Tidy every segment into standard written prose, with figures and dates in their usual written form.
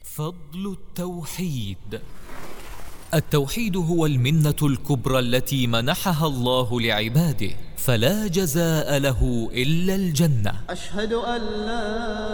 فضل التوحيد. التوحيد هو المنة الكبرى التي منحها الله لعباده، فلا جزاء له إلا الجنة. أشهد أن لا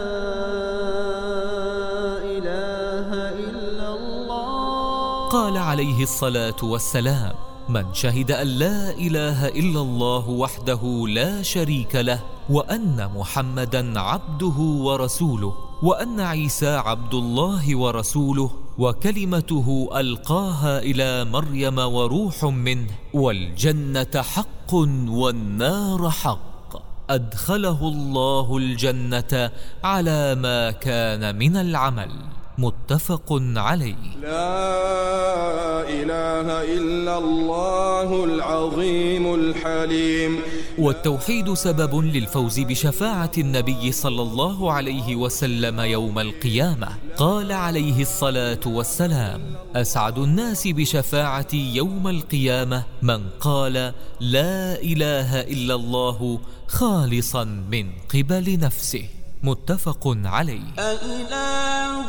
إله إلا الله. قال عليه الصلاة والسلام: من شهد أن لا إله إلا الله وحده لا شريك له، وأن محمدًا عبده ورسوله، وأن عيسى عبد الله ورسوله، وكلمته ألقاها إلى مريم وروح منه، والجنة حق والنار حق، أدخله الله الجنة على ما كان من العمل. متفق عليه. لا إله إلا الله العظيم الحليم. والتوحيد سبب للفوز بشفاعة النبي صلى الله عليه وسلم يوم القيامة. قال عليه الصلاة والسلام: أسعد الناس بشفاعتي يوم القيامة من قال لا إله إلا الله خالصا من قبل نفسه. متفق عليه. أإله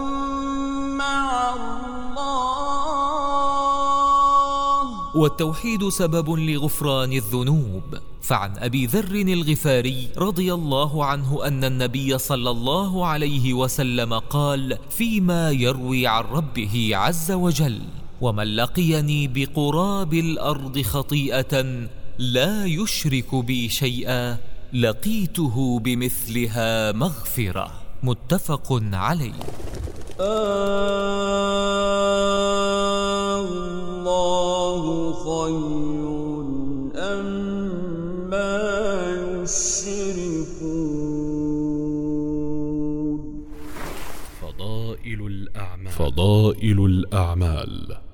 مع الله. والتوحيد سبب لغفران الذنوب. فعن أبي ذر الغفاري رضي الله عنه أن النبي صلى الله عليه وسلم قال فيما يروي عن ربه عز وجل: ومن لقيني بقراب الأرض خطيئة لا يشرك بي شيئا لقيته بمثلها مغفرة. متفق عليه. الله خير أما يشركون. فضائل الأعمال